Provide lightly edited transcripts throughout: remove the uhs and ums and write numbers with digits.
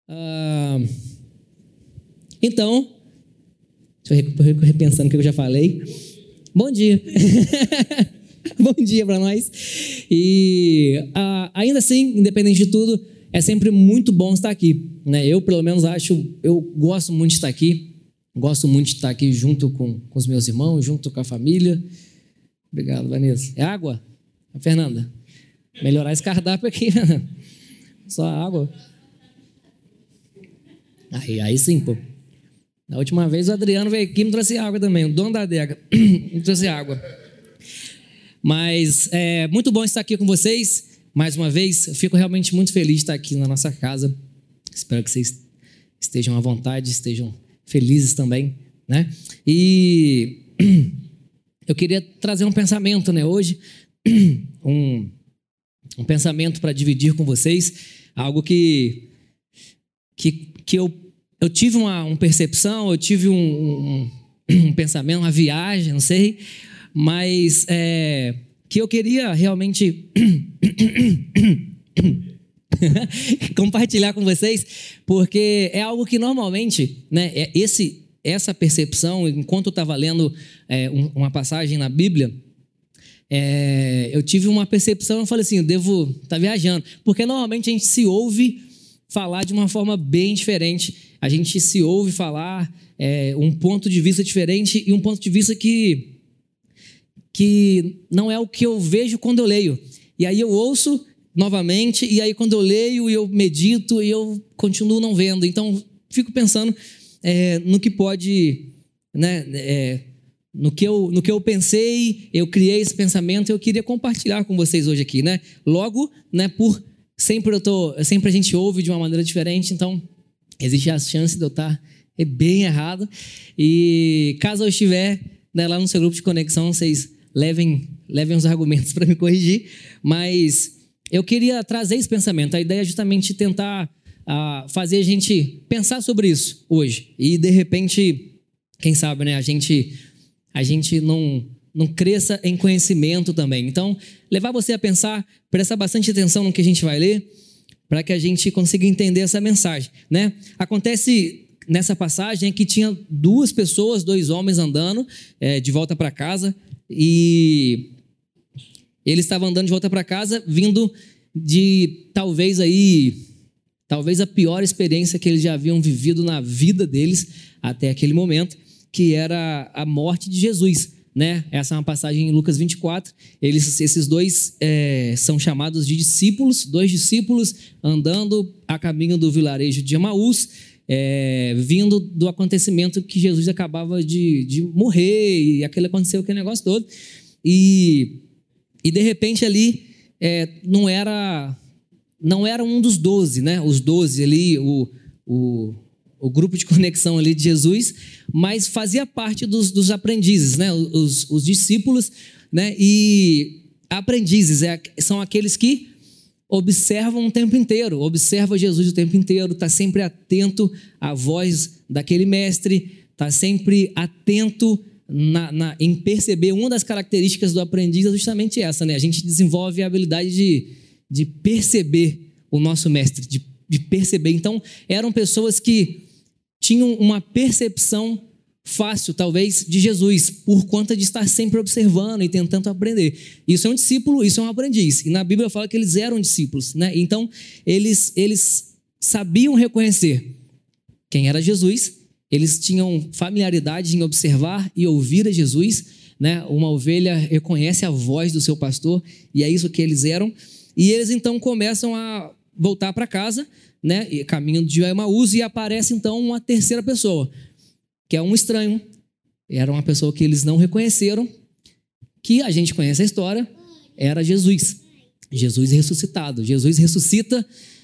Então, deixa eu repensando o que eu já falei. Bom dia. Bom dia para nós. E ainda assim, independente de tudo, é sempre muito bom estar aqui, né? Eu, pelo menos, eu gosto muito de estar aqui. Gosto muito de estar aqui junto com os meus irmãos, junto com a família. Obrigado, Vanessa. É água? Fernanda, melhorar esse cardápio aqui. Só água. Aí sim, pô. Na última vez o Adriano veio aqui e me trouxe água também. O dono da adega me trouxe água. Mas é muito bom estar aqui com vocês. Mais uma vez, eu fico realmente muito feliz de estar aqui na nossa casa. Espero que vocês estejam à vontade, estejam felizes também, né? E eu queria trazer um pensamento, né? Hoje, um pensamento para dividir com vocês. Algo que eu tive uma percepção, eu tive um pensamento, uma viagem, não sei, mas que eu queria realmente compartilhar com vocês, porque é algo que normalmente, né, essa percepção, enquanto eu estava lendo uma passagem na Bíblia, eu tive uma percepção, eu falei assim, eu devo estar viajando, porque normalmente a gente se ouve falar de uma forma bem diferente, a gente se ouve falar um ponto de vista diferente e um ponto de vista que não é o que eu vejo quando eu leio. E aí eu ouço novamente, e aí quando eu leio, eu medito e eu continuo não vendo. Então, fico pensando no que pode, né, no que eu pensei, eu criei esse pensamento e eu queria compartilhar com vocês hoje aqui, né? Logo, né, sempre a gente ouve de uma maneira diferente, então existe a chance de eu estar bem errado. E caso eu estiver, né, lá no seu grupo de conexão, vocês levem os argumentos para me corrigir, mas eu queria trazer esse pensamento. A ideia é justamente tentar fazer a gente pensar sobre isso hoje. E, de repente, quem sabe, né, a gente não cresça em conhecimento também. Então, levar você a pensar, prestar bastante atenção no que a gente vai ler, para que a gente consiga entender essa mensagem, né? Acontece nessa passagem que tinha dois homens andando de volta para casa, e eles estavam andando de volta para casa, vindo de talvez a pior experiência que eles já haviam vivido na vida deles até aquele momento, que era a morte de Jesus, né? Essa é uma passagem em Lucas 24. Esses dois são chamados de discípulos, dois discípulos andando a caminho do vilarejo de Emaús, vindo do acontecimento que Jesus acabava de morrer, e aconteceu aquele negócio todo, e de repente ali não era um dos 12, né? Os 12 ali, o grupo de conexão ali de Jesus, mas fazia parte dos aprendizes, né? Os discípulos, né? E aprendizes são aqueles que observam o tempo inteiro, observa Jesus o tempo inteiro, está sempre atento à voz daquele mestre, está sempre atento em perceber. Uma das características do aprendiz é justamente essa, né? A gente desenvolve a habilidade de perceber o nosso mestre, de perceber. Então, eram pessoas que tinham uma percepção fácil, talvez, de Jesus, por conta de estar sempre observando e tentando aprender. Isso é um discípulo, isso é um aprendiz. E na Bíblia fala que eles eram discípulos, né? Então, eles sabiam reconhecer quem era Jesus, eles tinham familiaridade em observar e ouvir a Jesus, né? Uma ovelha reconhece a voz do seu pastor, e é isso que eles eram. E eles, então, começam a voltar para casa, né? Caminho de Emaús, e aparece, então, uma terceira pessoa, que é um estranho. Era uma pessoa que eles não reconheceram, que a gente conhece a história, era Jesus. Jesus ressuscitado. Jesus ressuscita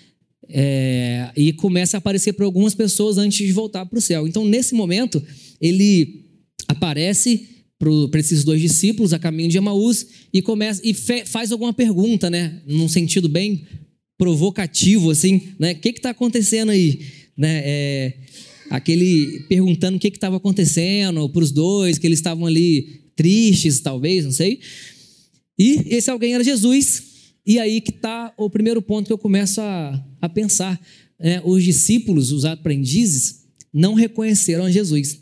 e começa a aparecer para algumas pessoas antes de voltar para o céu. Então, nesse momento, ele aparece para esses dois discípulos a caminho de Emaús e faz alguma pergunta, né? Num sentido bem provocativo, assim, né? O que está acontecendo aí? Né? Perguntando o que estava acontecendo para os dois, que eles estavam ali tristes, talvez, não sei. E esse alguém era Jesus. E aí que está o primeiro ponto que eu começo a pensar. os discípulos, os aprendizes, não reconheceram a Jesus.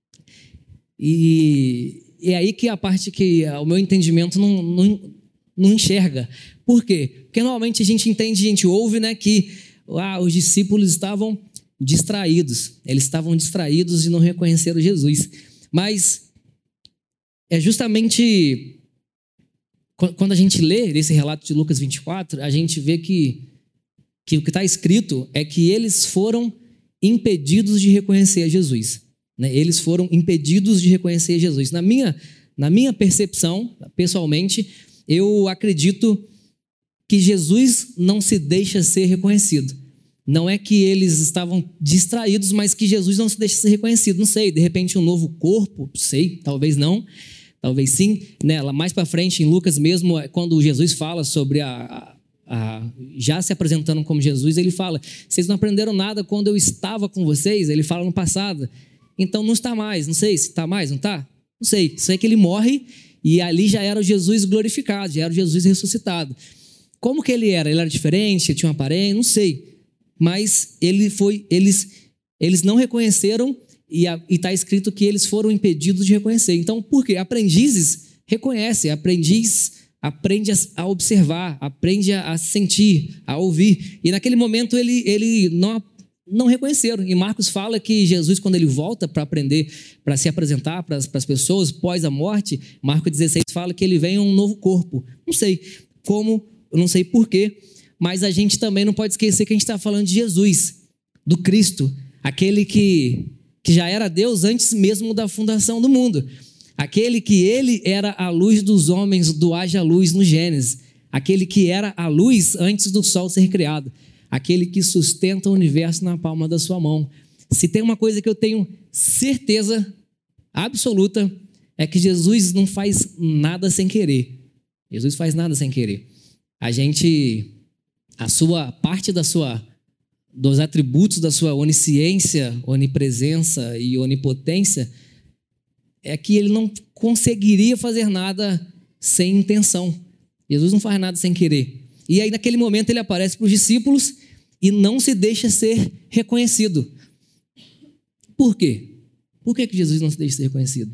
E é aí que a parte que o meu entendimento não enxerga. Por quê? Porque normalmente a gente entende, a gente ouve, né, que os discípulos estavam distraídos. Eles estavam distraídos e não reconheceram Jesus. Mas é justamente quando a gente lê esse relato de Lucas 24, a gente vê que o que está escrito é que eles foram impedidos de reconhecer a Jesus. Né? Eles foram impedidos de reconhecer Jesus. Na minha percepção, pessoalmente, eu acredito que Jesus não se deixa ser reconhecido. Não é que eles estavam distraídos, mas que Jesus não se deixa ser reconhecido. Não sei, de repente um novo corpo, sei, talvez não, talvez sim. Né? Lá mais para frente, em Lucas mesmo, quando Jesus fala sobre já se apresentando como Jesus, ele fala, vocês não aprenderam nada quando eu estava com vocês? Ele fala no passado. Então não está mais, não sei se está mais, não está? Não sei, sei que ele morre e ali já era o Jesus glorificado, já era o Jesus ressuscitado. Como que ele era? Ele era diferente, ele tinha uma aparência, não sei. Mas eles não reconheceram e está escrito que eles foram impedidos de reconhecer. Então, por quê? Aprendizes reconhecem, aprendiz aprende a observar, aprende a sentir, a ouvir. E naquele momento ele não reconheceram. E Marcos fala que Jesus, quando ele volta para aprender, para se apresentar para as pessoas pós a morte, Marcos 16 fala que ele vem em um novo corpo. Não sei como, eu não sei porquê, mas a gente também não pode esquecer que a gente está falando de Jesus, do Cristo, aquele que já era Deus antes mesmo da fundação do mundo. Aquele que ele era a luz dos homens, do haja luz no Gênesis. Aquele que era a luz antes do sol ser criado. Aquele que sustenta o universo na palma da sua mão. Se tem uma coisa que eu tenho certeza absoluta, é que Jesus não faz nada sem querer. Jesus faz nada sem querer. Dos atributos da sua onisciência, onipresença e onipotência, é que ele não conseguiria fazer nada sem intenção. Jesus não faz nada sem querer. E aí, naquele momento, ele aparece para os discípulos e não se deixa ser reconhecido. Por quê? Por que Jesus não se deixa ser reconhecido?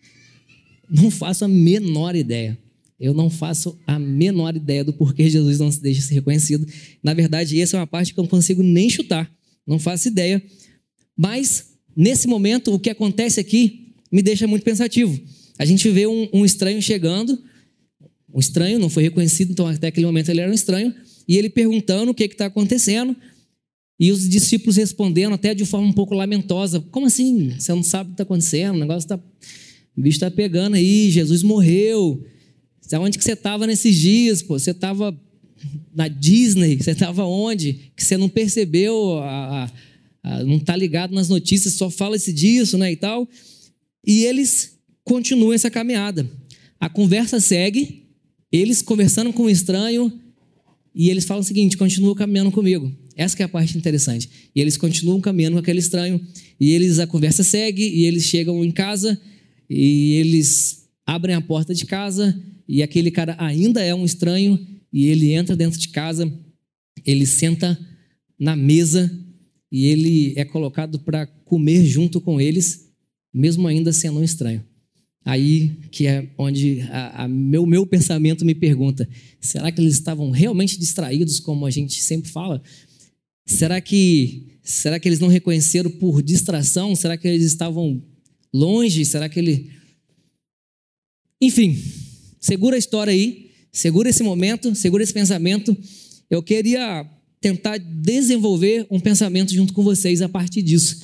Não faço a menor ideia. Eu não faço a menor ideia do porquê Jesus não se deixa ser reconhecido. Na verdade, essa é uma parte que eu não consigo nem chutar. Não faço ideia. Mas, nesse momento, o que acontece aqui me deixa muito pensativo. A gente vê um estranho chegando, um estranho, não foi reconhecido, então até aquele momento ele era um estranho, e ele perguntando o que está acontecendo, e os discípulos respondendo até de forma um pouco lamentosa, como assim? Você não sabe o que está acontecendo? O bicho está pegando aí, Jesus morreu. Onde que você estava nesses dias? Pô? Você estava na Disney? Você estava onde? Que você não percebeu, não está ligado nas notícias, só fala-se disso, né, e tal. E eles continuam essa caminhada. A conversa segue, eles conversando com o estranho, e eles falam o seguinte, continua caminhando comigo. Essa que é a parte interessante. E eles continuam caminhando com aquele estranho, e a conversa segue, e eles chegam em casa, e eles abrem a porta de casa, e aquele cara ainda é um estranho, e ele entra dentro de casa, ele senta na mesa, e ele é colocado para comer junto com eles, mesmo ainda sendo um estranho. Aí que é onde meu pensamento me pergunta, será que eles estavam realmente distraídos, como a gente sempre fala? Será que eles não reconheceram por distração? Será que eles estavam longe? Será que ele... Enfim, segura a história aí, segura esse momento, segura esse pensamento. Eu queria tentar desenvolver um pensamento junto com vocês a partir disso.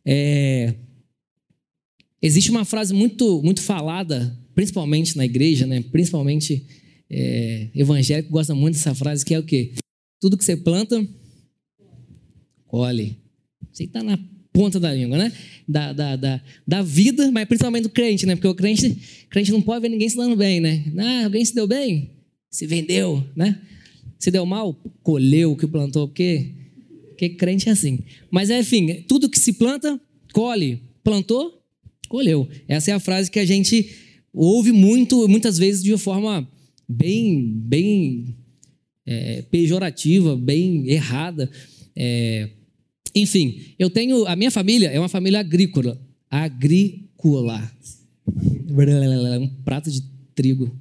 Existe uma frase muito, muito falada, principalmente na igreja, né? Principalmente evangélico gosta muito dessa frase, que é o quê? Tudo que você planta, colhe. Você está na ponta da língua, né? Da vida, mas principalmente do crente, né? Porque o crente não pode ver ninguém se dando bem, né? Alguém se deu bem? Se vendeu, né? Se deu mal? Colheu o que plantou, porque crente é assim. Mas, enfim, tudo que se planta, colhe. Plantou, colheu. Essa é a frase que a gente ouve muitas vezes de uma forma bem pejorativa, bem errada. Enfim, a minha família é uma família agrícola. Um prato de trigo.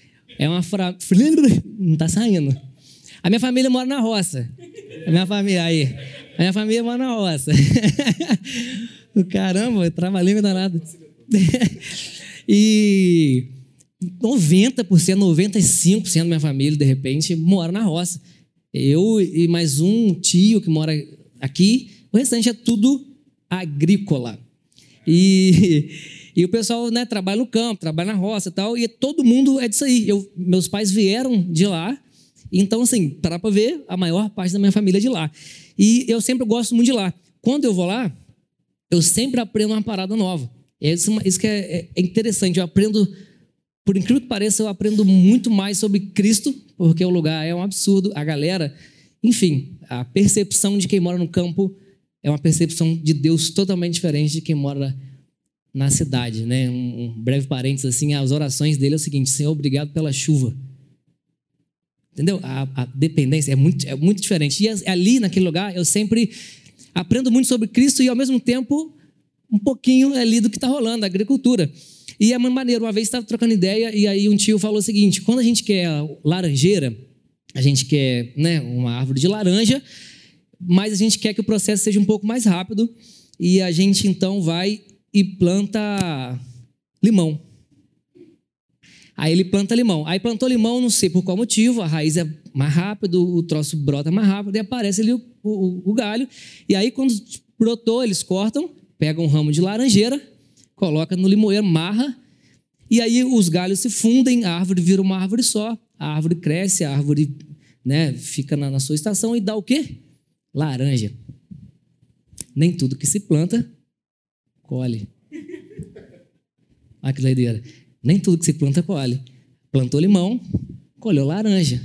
Não tá saindo. A minha família mora na roça. A minha família mora na roça. Caramba, eu trabalhei danado. E 90%, 95% da minha família, de repente, mora na roça. Eu e mais um tio que mora aqui, o restante é tudo agrícola. E o pessoal, né, trabalha no campo, trabalha na roça e tal, e todo mundo é disso aí. Meus pais vieram de lá, então, assim, para ver, a maior parte da minha família é de lá. E eu sempre gosto muito de lá. Quando eu vou lá, eu sempre aprendo uma parada nova. Isso que é interessante. Eu aprendo, por incrível que pareça, eu aprendo muito mais sobre Cristo, porque o lugar é um absurdo, a galera, enfim, a percepção de quem mora no campo é uma percepção de Deus totalmente diferente de quem mora na cidade, né? Um breve parênteses, assim, as orações dele é o seguinte: Senhor, obrigado pela chuva. Entendeu? A dependência é muito diferente. E ali, naquele lugar, eu sempre aprendo muito sobre Cristo e, ao mesmo tempo, um pouquinho ali do que está rolando, a agricultura. E é uma maneira, uma vez estava trocando ideia, e aí um tio falou o seguinte: quando a gente quer laranjeira, a gente quer, né, uma árvore de laranja, mas a gente quer que o processo seja um pouco mais rápido, e a gente então vai e planta limão. Aí ele planta limão. Aí plantou limão, não sei por qual motivo, a raiz é mais rápido, o troço brota mais rápido, e aparece ali o galho. E aí, quando brotou, eles cortam, pegam um ramo de laranjeira, coloca no limoeiro, marra, e aí os galhos se fundem, a árvore vira uma árvore só, a árvore cresce, a árvore, né, fica na sua estação e dá o quê? Laranja. Nem tudo que se planta, colhe. Olha que doideira. Nem tudo que se planta, colhe. Plantou limão, colheu laranja.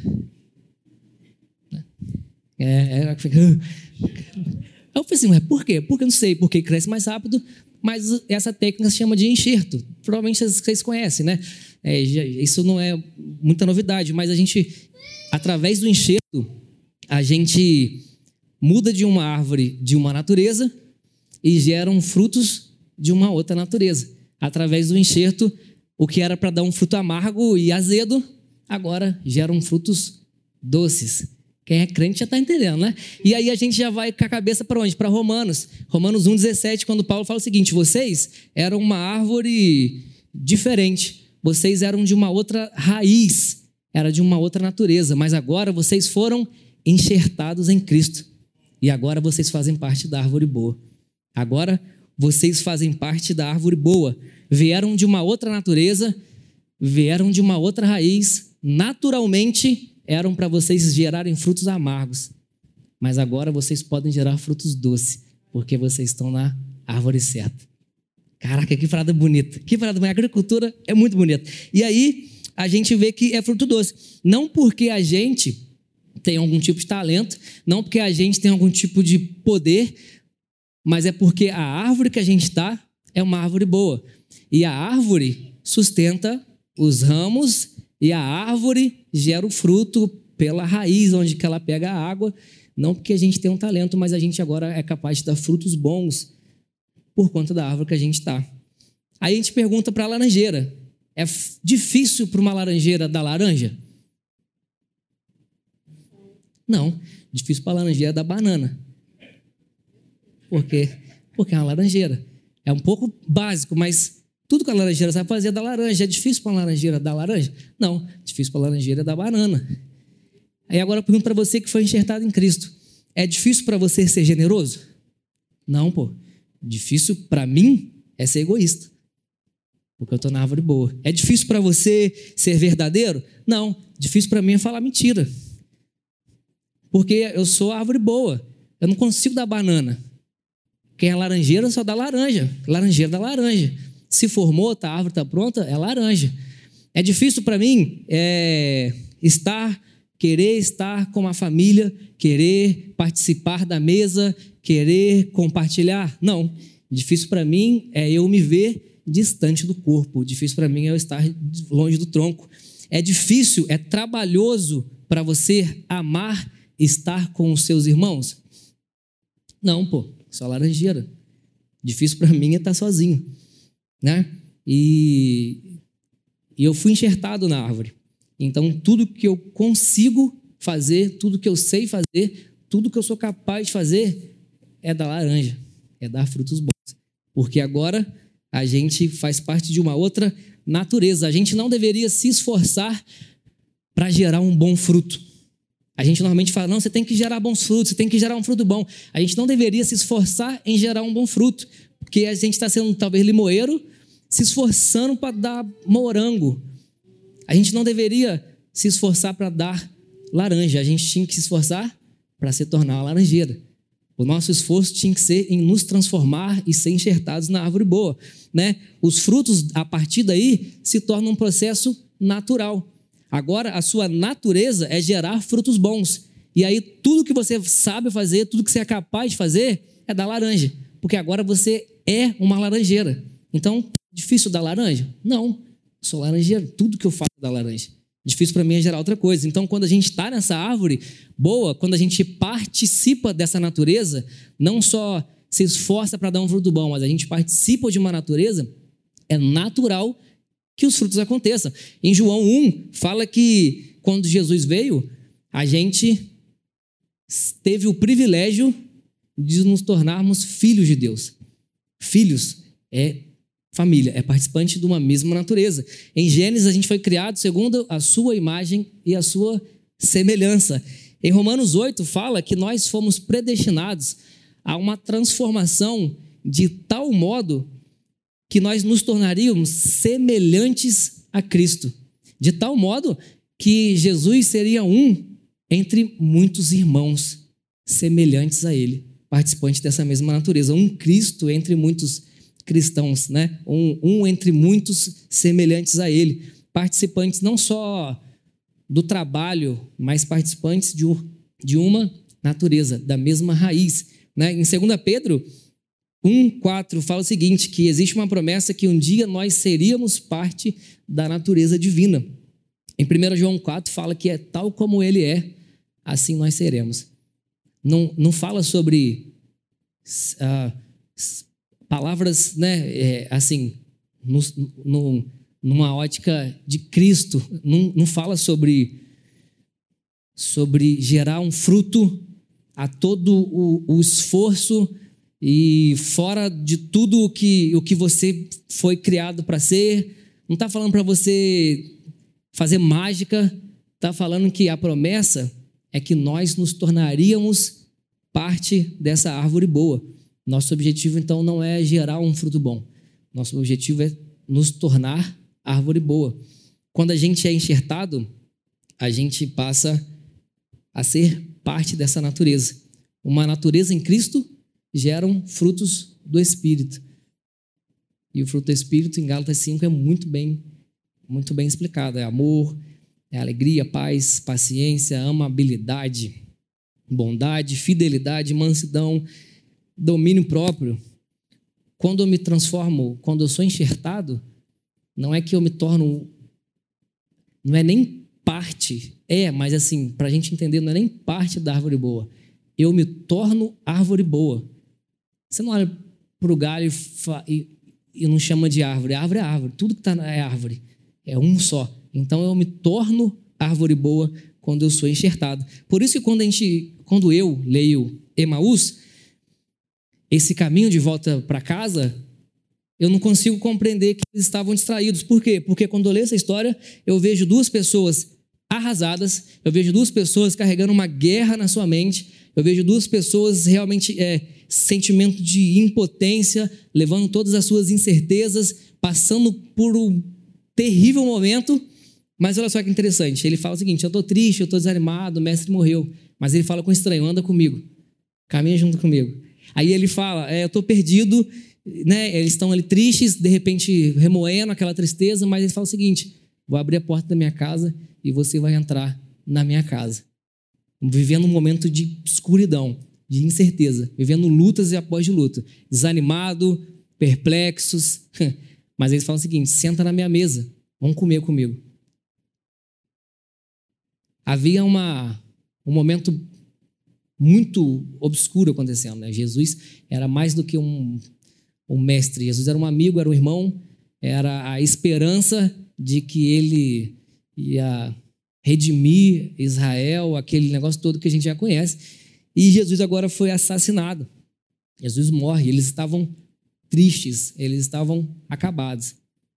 Eu falei assim, mas por quê? Porque eu não sei, porque cresce mais rápido, mas essa técnica se chama de enxerto. Provavelmente vocês conhecem, né? Isso não é muita novidade, mas a gente, através do enxerto, a gente muda de uma árvore de uma natureza e geram frutos de uma outra natureza. Através do enxerto, o que era para dar um fruto amargo e azedo, agora geram frutos doces. Quem é crente já está entendendo, né? E aí a gente já vai com a cabeça para onde? Para Romanos. Romanos 1,17, quando Paulo fala o seguinte: vocês eram uma árvore diferente. Vocês eram de uma outra raiz. Era de uma outra natureza. Mas agora vocês foram enxertados em Cristo. E agora vocês fazem parte da árvore boa. Agora vocês fazem parte da árvore boa. Vieram de uma outra natureza, vieram de uma outra raiz. Naturalmente eram para vocês gerarem frutos amargos, mas agora vocês podem gerar frutos doces, porque vocês estão na árvore certa. Caraca, que parada bonita. Que parada bonita. A agricultura é muito bonita. E aí a gente vê que é fruto doce. Não porque a gente tem algum tipo de talento, não porque a gente tem algum tipo de poder, mas é porque a árvore que a gente está é uma árvore boa. E a árvore sustenta os ramos, e a árvore gera o fruto pela raiz, onde que ela pega a água. Não porque a gente tem um talento, mas a gente agora é capaz de dar frutos bons por conta da árvore que a gente está. Aí a gente pergunta para a laranjeira: é difícil para uma laranjeira dar laranja? Não, difícil para a laranjeira dar banana. Por quê? Porque é uma laranjeira. É um pouco básico, mas tudo que a laranjeira sabe fazer é dar laranja. É difícil para a laranjeira dar laranja? Não, difícil para a laranjeira dar banana. Aí agora eu pergunto para você que foi enxertado em Cristo: é difícil para você ser generoso? Não, pô. Difícil para mim é ser egoísta, porque eu estou na árvore boa. É difícil para você ser verdadeiro? Não, difícil para mim é falar mentira, porque eu sou a árvore boa. Eu não consigo dar banana. Quem é laranjeira só dá laranja. Laranjeira dá laranja. Se formou, a árvore está pronta, é laranja. É difícil para mim querer estar com a família, querer participar da mesa, querer compartilhar? Não. Difícil para mim é eu me ver distante do corpo. Difícil para mim é eu estar longe do tronco. É difícil, é trabalhoso para você amar estar com os seus irmãos? Não, pô, só laranjeira. Difícil para mim é estar sozinho, né? E eu fui enxertado na árvore. Então, tudo que eu consigo fazer, tudo que eu sei fazer, tudo que eu sou capaz de fazer é dar laranja, é dar frutos bons. Porque agora a gente faz parte de uma outra natureza. A gente não deveria se esforçar para gerar um bom fruto. A gente normalmente fala, não, você tem que gerar bons frutos, você tem que gerar um fruto bom. A gente não deveria se esforçar em gerar um bom fruto, porque a gente está sendo talvez limoeiro, se esforçando para dar morango. A gente não deveria se esforçar para dar laranja, a gente tinha que se esforçar para se tornar uma laranjeira. O nosso esforço tinha que ser em nos transformar e ser enxertados na árvore boa, né? Os frutos, a partir daí, se tornam um processo natural. Agora, a sua natureza é gerar frutos bons. E aí, tudo que você sabe fazer, tudo que você é capaz de fazer, é dar laranja. Porque agora você é uma laranjeira. Então, difícil dar laranja? Não, sou laranjeira. Tudo que eu faço é dar laranja. Difícil para mim é gerar outra coisa. Então, quando a gente está nessa árvore boa, quando a gente participa dessa natureza, não só se esforça para dar um fruto bom, mas a gente participa de uma natureza, é natural que os frutos aconteçam. Em João 1, fala que quando Jesus veio, a gente teve o privilégio de nos tornarmos filhos de Deus. Filhos é família, é participante de uma mesma natureza. Em Gênesis, a gente foi criado segundo a sua imagem e a sua semelhança. Em Romanos 8, fala que nós fomos predestinados a uma transformação de tal modo que nós nos tornaríamos semelhantes a Cristo. De tal modo que Jesus seria um entre muitos irmãos semelhantes a Ele, participantes dessa mesma natureza. Um Cristo entre muitos cristãos, né? Um entre muitos semelhantes a Ele. Participantes não só do trabalho, mas participantes de uma natureza, da mesma raiz, né? Em 2 Pedro 1,4 fala o seguinte, que existe uma promessa que um dia nós seríamos parte da natureza divina. Em 1 João 4 fala que é tal como Ele é, assim nós seremos. Não fala sobre palavras, né, assim, numa ótica de Cristo. Não fala sobre gerar um fruto a todo o esforço e fora de tudo o que você foi criado para ser. Não está falando para você fazer mágica, está falando que a promessa é que nós nos tornaríamos parte dessa árvore boa. Nosso objetivo, então, não é gerar um fruto bom. Nosso objetivo é nos tornar árvore boa. Quando a gente é enxertado, a gente passa a ser parte dessa natureza. Uma natureza em Cristo geram frutos do Espírito. E o fruto do Espírito, em Gálatas 5, é muito bem explicado. É amor, é alegria, paz, paciência, amabilidade, bondade, fidelidade, mansidão, domínio próprio. Quando eu me transformo, quando eu sou enxertado, não é que eu me torno, não é nem parte, mas assim, para a gente entender, não é nem parte da árvore boa. Eu me torno árvore boa. Você não olha para o galho e não chama de árvore. Árvore é árvore. Tudo que está é árvore. É um só. Então eu me torno árvore boa quando eu sou enxertado. Por isso que quando eu leio Emaús, esse caminho de volta para casa, eu não consigo compreender que eles estavam distraídos. Por quê? Porque quando eu leio essa história, eu vejo duas pessoas arrasadas, eu vejo duas pessoas carregando uma guerra na sua mente, eu vejo duas pessoas realmente sentimento de impotência, levando todas as suas incertezas, passando por um terrível momento. Mas olha só que interessante, ele fala o seguinte: eu estou triste, eu estou desanimado, o mestre morreu. Mas ele fala com o estranho: anda comigo, caminha junto comigo. Aí ele fala: eu estou perdido, né? Eles estão ali tristes, de repente remoendo aquela tristeza, mas ele fala o seguinte: vou abrir a porta da minha casa e você vai entrar na minha casa. Vivendo um momento de escuridão, de incerteza, vivendo lutas e após de luta, desanimado, perplexos. Mas eles falam o seguinte: senta na minha mesa, vamos comer comigo. Havia um momento muito obscuro acontecendo, né? Jesus era mais do que um mestre. Jesus era um amigo, era um irmão, era a esperança de que ele ia redimir Israel, aquele negócio todo que a gente já conhece. E Jesus agora foi assassinado. Jesus morre, eles estavam tristes, eles estavam acabados.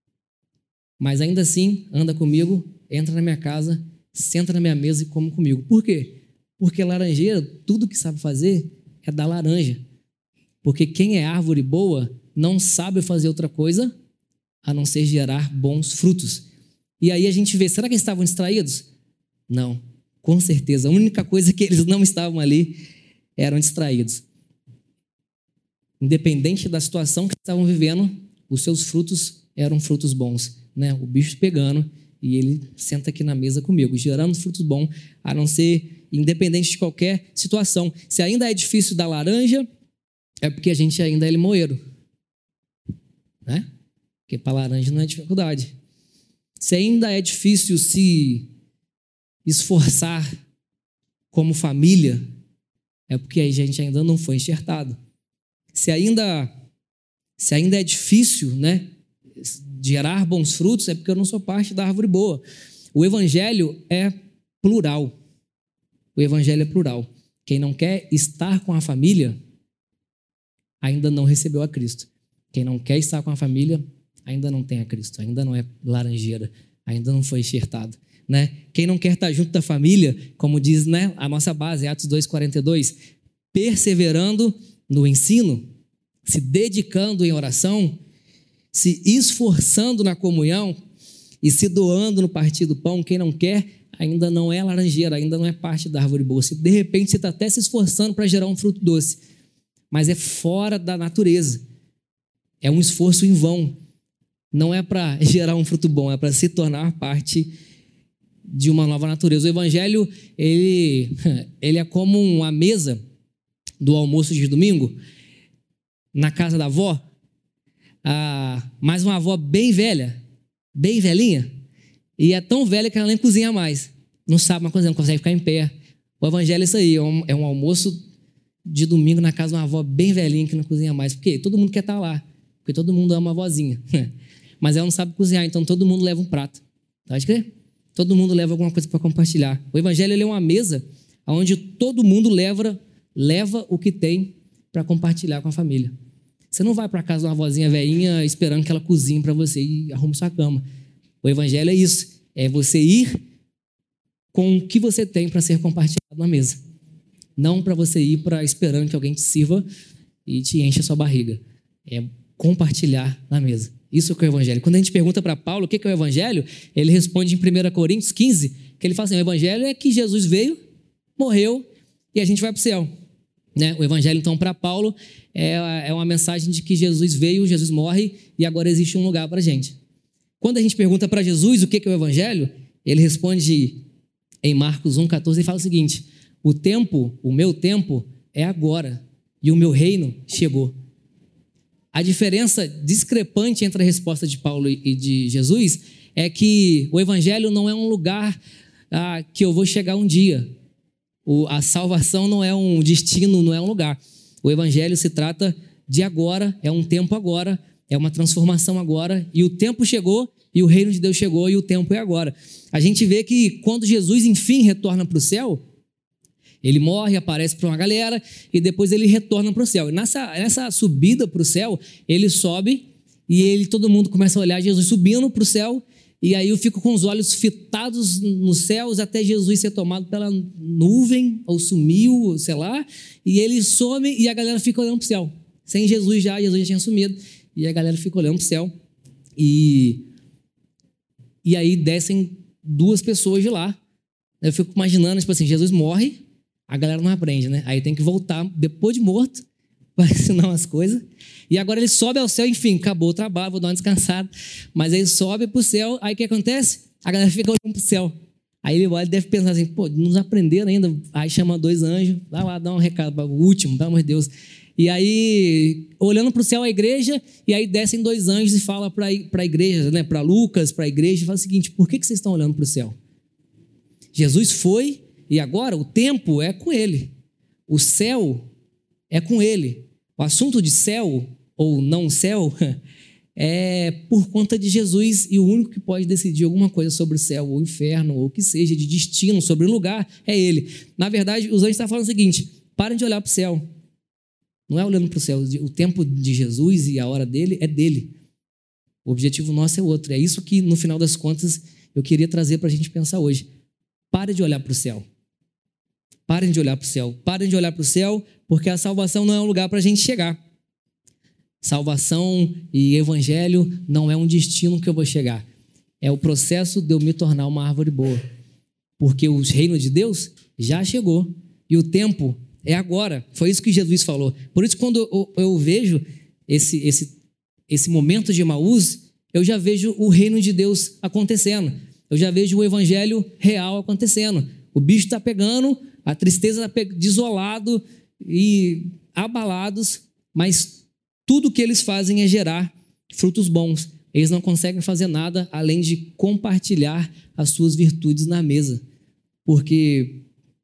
Mas ainda assim, anda comigo, entra na minha casa, senta na minha mesa e come comigo. Por quê? Porque laranjeira, tudo que sabe fazer é dar laranja. Porque quem é árvore boa não sabe fazer outra coisa a não ser gerar bons frutos. E aí a gente vê, será que eles estavam distraídos? Não, com certeza. A única coisa que eles não estavam ali eram distraídos. Independente da situação que estavam vivendo, os seus frutos eram frutos bons, né? O bicho pegando e ele senta aqui na mesa comigo, gerando frutos bons, a não ser independente de qualquer situação. Se ainda é difícil dar laranja, é porque a gente ainda é limoeiro, né? Porque para laranja não é dificuldade. Se ainda é difícil se esforçar como família, é porque a gente ainda não foi enxertado. Se ainda é difícil, né, gerar bons frutos, é porque eu não sou parte da árvore boa. O evangelho é plural. O evangelho é plural. Quem não quer estar com a família ainda não recebeu a Cristo. Quem não quer estar com a família ainda não tem a Cristo, ainda não é laranjeira, ainda não foi enxertado, né? Quem não quer estar junto da família, como diz, né, a nossa base, Atos 2,42, perseverando no ensino, se dedicando em oração, se esforçando na comunhão e se doando no partir do pão, quem não quer ainda não é laranjeira, ainda não é parte da árvore boa. Se de repente você está até se esforçando para gerar um fruto doce, mas é fora da natureza, é um esforço em vão, não é para gerar um fruto bom, é para se tornar parte de uma nova natureza. O evangelho, ele é como uma mesa do almoço de domingo, na casa da avó, mais uma avó bem velha, bem velhinha, e é tão velha que ela nem cozinha mais, não sabe uma coisa, não consegue ficar em pé. O evangelho é isso aí, é um almoço de domingo na casa de uma avó bem velhinha que não cozinha mais. Por quê? Todo mundo quer estar lá, porque todo mundo ama a avózinha, mas ela não sabe cozinhar, então todo mundo leva um prato, pode crer? Todo mundo leva alguma coisa para compartilhar. O evangelho, ele é uma mesa onde todo mundo leva o que tem para compartilhar com a família. Você não vai para casa de uma vozinha velhinha esperando que ela cozinhe para você e arrume sua cama. O evangelho é isso, é você ir com o que você tem para ser compartilhado na mesa. Não para você ir esperando que alguém te sirva e te enche a sua barriga. É compartilhar na mesa. Isso que é o evangelho. Quando a gente pergunta para Paulo o que é o evangelho, ele responde em 1 Coríntios 15, que ele fala assim, o evangelho é que Jesus veio, morreu e a gente vai para o céu. Né? O evangelho, então, para Paulo, é uma mensagem de que Jesus veio, Jesus morre e agora existe um lugar para a gente. Quando a gente pergunta para Jesus o que é o evangelho, ele responde em Marcos 1,14 e fala o seguinte, o meu tempo é agora e o meu reino chegou. A diferença discrepante entre a resposta de Paulo e de Jesus é que o evangelho não é um lugar que eu vou chegar um dia. A salvação não é um destino, não é um lugar. O evangelho se trata de agora, é um tempo agora, é uma transformação agora, e o tempo chegou, e o reino de Deus chegou, e o tempo é agora. A gente vê que quando Jesus, enfim, retorna para o céu, ele morre, aparece para uma galera, e depois ele retorna para o céu. E nessa subida para o céu, ele sobe, e todo mundo começa a olhar Jesus subindo para o céu, e aí eu fico com os olhos fitados nos céus até Jesus ser tomado pela nuvem, ou sumiu, sei lá, e ele some e a galera fica olhando para o céu. Sem Jesus já tinha sumido, e a galera fica olhando para o céu. E aí descem 2 pessoas de lá. Eu fico imaginando, tipo assim, Jesus morre, a galera não aprende, né? Aí tem que voltar depois de morto para ensinar umas coisas. E agora ele sobe ao céu, enfim, acabou o trabalho, vou dar uma descansada. Mas aí ele sobe para o céu, aí o que acontece? A galera fica olhando para o céu. Aí ele olha e deve pensar assim, pô, não aprenderam ainda. Aí chama 2 anjos, vai lá dar um recado para o último, pelo amor de Deus. E aí, olhando para o céu a igreja, e aí descem 2 anjos e fala para a igreja, né, para Lucas, para a igreja, e fala o seguinte, por que vocês estão olhando para o céu? Jesus foi, e agora o tempo é com ele. o céu é com ele. O assunto de céu ou não céu é por conta de Jesus, e o único que pode decidir alguma coisa sobre o céu ou o inferno, ou o que seja, de destino, sobre o lugar, é ele. Na verdade, os anjos estão falando o seguinte: parem de olhar para o céu. Não é olhando para o céu. O tempo de Jesus e a hora dele é dele. O objetivo nosso é outro. É isso que, no final das contas, eu queria trazer para a gente pensar hoje. Parem de olhar para o céu. Parem de olhar para o céu. Parem de olhar para o céu, porque a salvação não é um lugar para a gente chegar. Salvação e evangelho não é um destino que eu vou chegar. É o processo de eu me tornar uma árvore boa. Porque o reino de Deus já chegou. E o tempo é agora. Foi isso que Jesus falou. Por isso, quando eu vejo esse momento de Emaús, eu já vejo o reino de Deus acontecendo. Eu já vejo o evangelho real acontecendo. O bicho está pegando, a tristeza está desolado e abalados, mas tudo que eles fazem é gerar frutos bons. Eles não conseguem fazer nada além de compartilhar as suas virtudes na mesa. Porque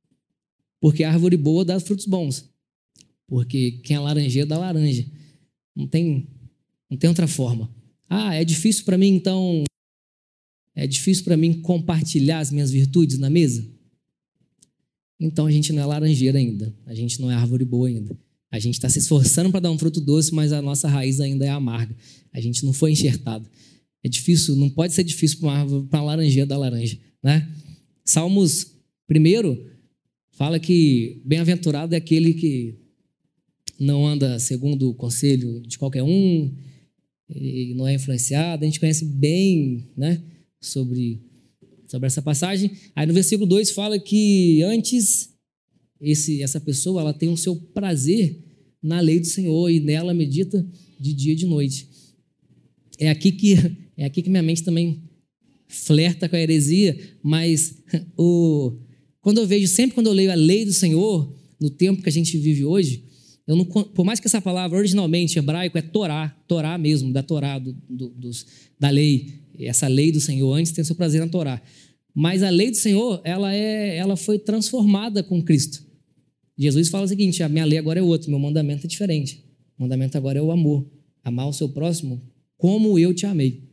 a árvore boa dá frutos bons. Porque quem é laranjeiro dá laranja. Não tem outra forma. É difícil para mim, então... É difícil para mim compartilhar as minhas virtudes na mesa? Então a gente não é laranjeira ainda. A gente não é árvore boa ainda. A gente está se esforçando para dar um fruto doce, mas a nossa raiz ainda é amarga. A gente não foi enxertado. É difícil, não pode ser difícil para uma laranjeira dar laranja, né? Salmos 1 fala que bem-aventurado é aquele que não anda segundo o conselho de qualquer um e não é influenciado. A gente conhece bem, né, sobre essa passagem. Aí no versículo 2 fala que antes essa pessoa ela tem o seu prazer na lei do Senhor e nela medita de dia e de noite. É aqui que minha mente também flerta com a heresia, mas quando eu leio a lei do Senhor, no tempo que a gente vive hoje, por mais que essa palavra originalmente em hebraico é Torá mesmo, da Torá, da lei, essa lei do Senhor, antes tem o seu prazer na Torá. Mas a lei do Senhor, ela foi transformada com Cristo. Jesus fala o seguinte: a minha lei agora é outra, meu mandamento é diferente. O mandamento agora é o amor. Amar o seu próximo como eu te amei.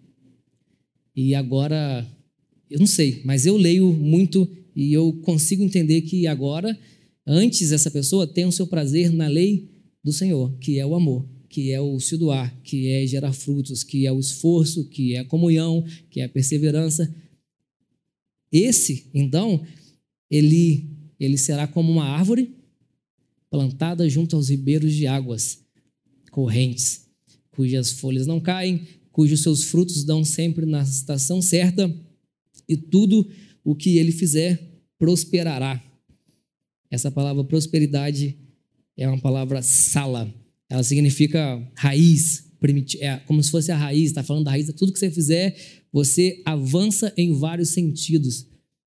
E agora, eu não sei, mas eu leio muito e eu consigo entender que agora, antes essa pessoa tem o seu prazer na lei do Senhor, que é o amor, que é o se doar, que é gerar frutos, que é o esforço, que é a comunhão, que é a perseverança. Esse, então, ele será como uma árvore plantada junto aos ribeiros de águas correntes, cujas folhas não caem, cujos seus frutos dão sempre na estação certa, e tudo o que ele fizer prosperará. Essa palavra prosperidade é uma palavra sala. Ela significa raiz, como se fosse a raiz, está falando da raiz. Tudo que você fizer, você avança em vários sentidos.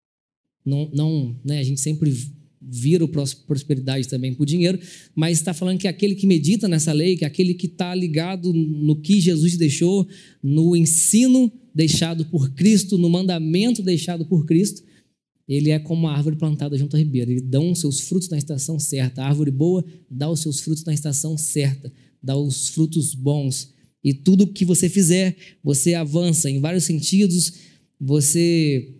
Não, né, a gente sempre vira prosperidade também por dinheiro, mas está falando que aquele que medita nessa lei, que aquele que está ligado no que Jesus deixou, no ensino deixado por Cristo, no mandamento deixado por Cristo, ele é como uma árvore plantada junto à ribeira. Ele dá os seus frutos na estação certa. A árvore boa dá os seus frutos na estação certa, dá os frutos bons. E tudo que você fizer, você avança em vários sentidos, você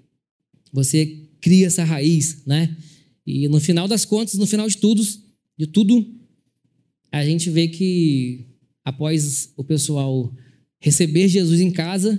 cria essa raiz, né? E no final das contas, no final de tudo, a gente vê que após o pessoal receber Jesus em casa,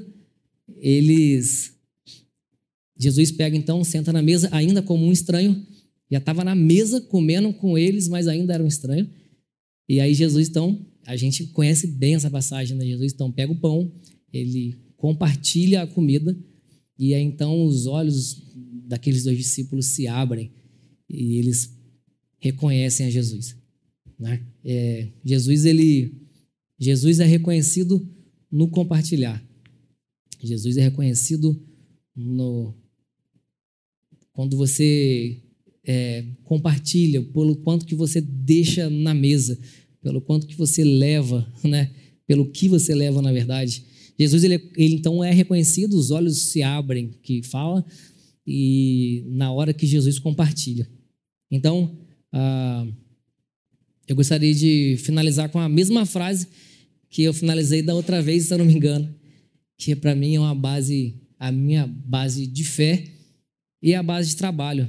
Jesus pega então, senta na mesa ainda como um estranho, já estava na mesa comendo com eles, mas ainda era um estranho. E aí Jesus então, a gente conhece bem essa passagem, né? Jesus então pega o pão, ele compartilha a comida, e aí então os olhos daqueles 2 discípulos se abrem e eles reconhecem a Jesus, né? Jesus é reconhecido no compartilhar. Jesus é reconhecido quando você compartilha, pelo quanto que você deixa na mesa, pelo quanto que você leva, né? Pelo que você leva, na verdade. Jesus, ele então é reconhecido, os olhos se abrem, que fala, e na hora que Jesus compartilha. Então, eu gostaria de finalizar com a mesma frase que eu finalizei da outra vez, se eu não me engano, que para mim é a minha base de fé e a base de trabalho.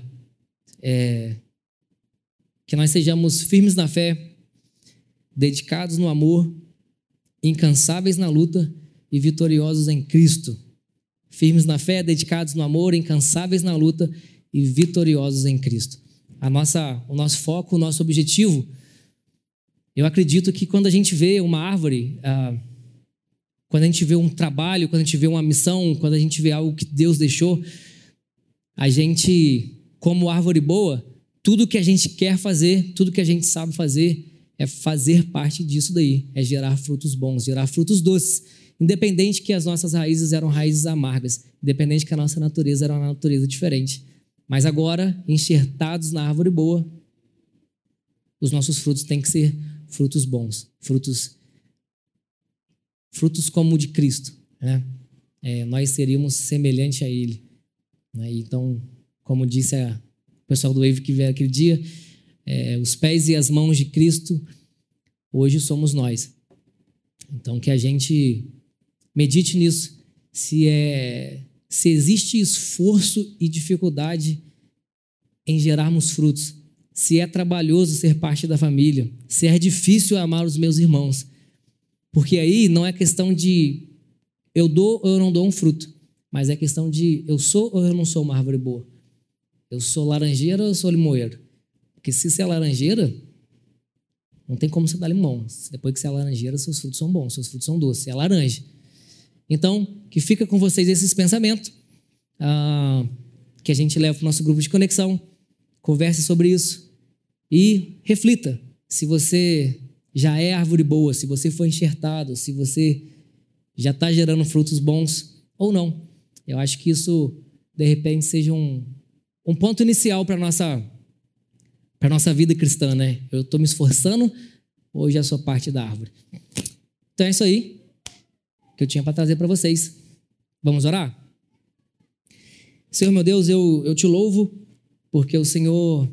Que nós sejamos firmes na fé, dedicados no amor, incansáveis na luta e vitoriosos em Cristo. Firmes na fé, dedicados no amor, incansáveis na luta e vitoriosos em Cristo. O nosso foco, o nosso objetivo, eu acredito que quando a gente vê uma árvore, quando a gente vê um trabalho, quando a gente vê uma missão, quando a gente vê algo que Deus deixou, a gente, como árvore boa, tudo que a gente quer fazer, tudo que a gente sabe fazer, é fazer parte disso daí, é gerar frutos bons, gerar frutos doces, independente que as nossas raízes eram raízes amargas, independente que a nossa natureza era uma natureza diferente. Mas agora, enxertados na árvore boa, os nossos frutos têm que ser frutos bons, frutos como o de Cristo, né? Nós seríamos semelhantes a Ele, né? Então, como disse o pessoal do Wave que veio aquele dia, os pés e as mãos de Cristo, hoje somos nós. Então, que a gente medite nisso, se existe esforço e dificuldade em gerarmos frutos, se é trabalhoso ser parte da família, se é difícil amar os meus irmãos, porque aí não é questão de eu dou ou eu não dou um fruto, mas é questão de eu sou ou eu não sou uma árvore boa, eu sou laranjeira ou eu sou limoeiro, porque se você é laranjeira, não tem como você dar limão, depois que você é laranjeira, seus frutos são bons, seus frutos são doces, é laranja. Então, que fica com vocês esses pensamentos, que a gente leva para o nosso grupo de conexão, converse sobre isso e reflita se você já é árvore boa, se você foi enxertado, se você já está gerando frutos bons ou não. Eu acho que isso, de repente, seja um ponto inicial para a nossa vida cristã, né? Eu estou me esforçando ou já sou parte da árvore? Então é isso aí que eu tinha para trazer para vocês. Vamos orar? Senhor meu Deus, eu te louvo porque o Senhor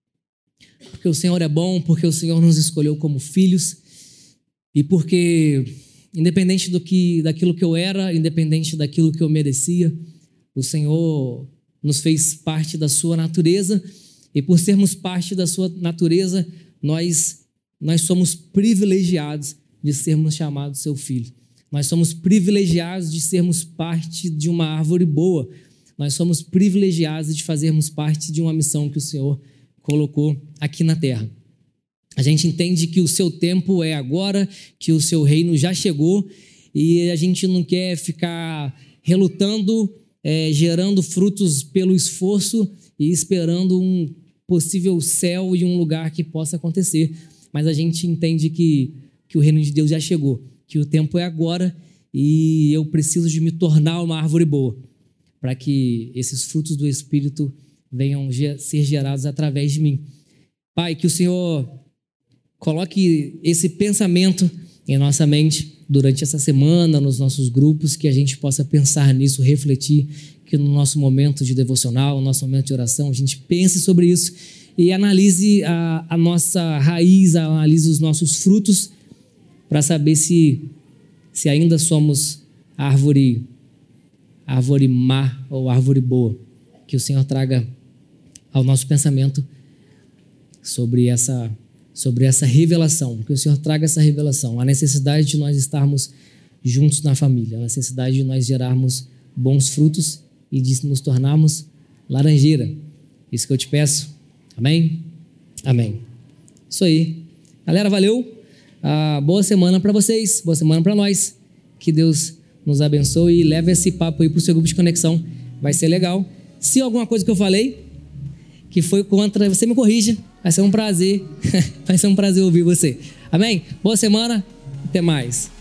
é bom, porque o Senhor nos escolheu como filhos e porque, independente daquilo que eu era, independente daquilo que eu merecia, o Senhor nos fez parte da sua natureza e por sermos parte da sua natureza, nós somos privilegiados de sermos chamados seu filho. Nós somos privilegiados de sermos parte de uma árvore boa. Nós somos privilegiados de fazermos parte de uma missão que o Senhor colocou aqui na terra. A gente entende que o seu tempo é agora, que o seu reino já chegou e a gente não quer ficar relutando, gerando frutos pelo esforço e esperando um possível céu e um lugar que possa acontecer. Mas a gente entende que o reino de Deus já chegou, que o tempo é agora e eu preciso de me tornar uma árvore boa para que esses frutos do Espírito venham ser gerados através de mim. Pai, que o Senhor coloque esse pensamento em nossa mente durante essa semana, nos nossos grupos, que a gente possa pensar nisso, refletir, que no nosso momento de devocional, no nosso momento de oração, a gente pense sobre isso e analise a nossa raiz, analise os nossos frutos para saber se ainda somos árvore má ou árvore boa. Que o Senhor traga ao nosso pensamento sobre essa revelação, que o Senhor traga essa revelação, a necessidade de nós estarmos juntos na família, a necessidade de nós gerarmos bons frutos e de nos tornarmos laranjeira. Isso que eu te peço. Amém? Amém. Isso aí. Galera, valeu. Boa semana para vocês, boa semana para nós. Que Deus nos abençoe e leve esse papo aí para o seu grupo de conexão. Vai ser legal. Se alguma coisa que eu falei que foi contra, você me corrija. Vai ser um prazer. Vai ser um prazer ouvir você. Amém? Boa semana. Até mais.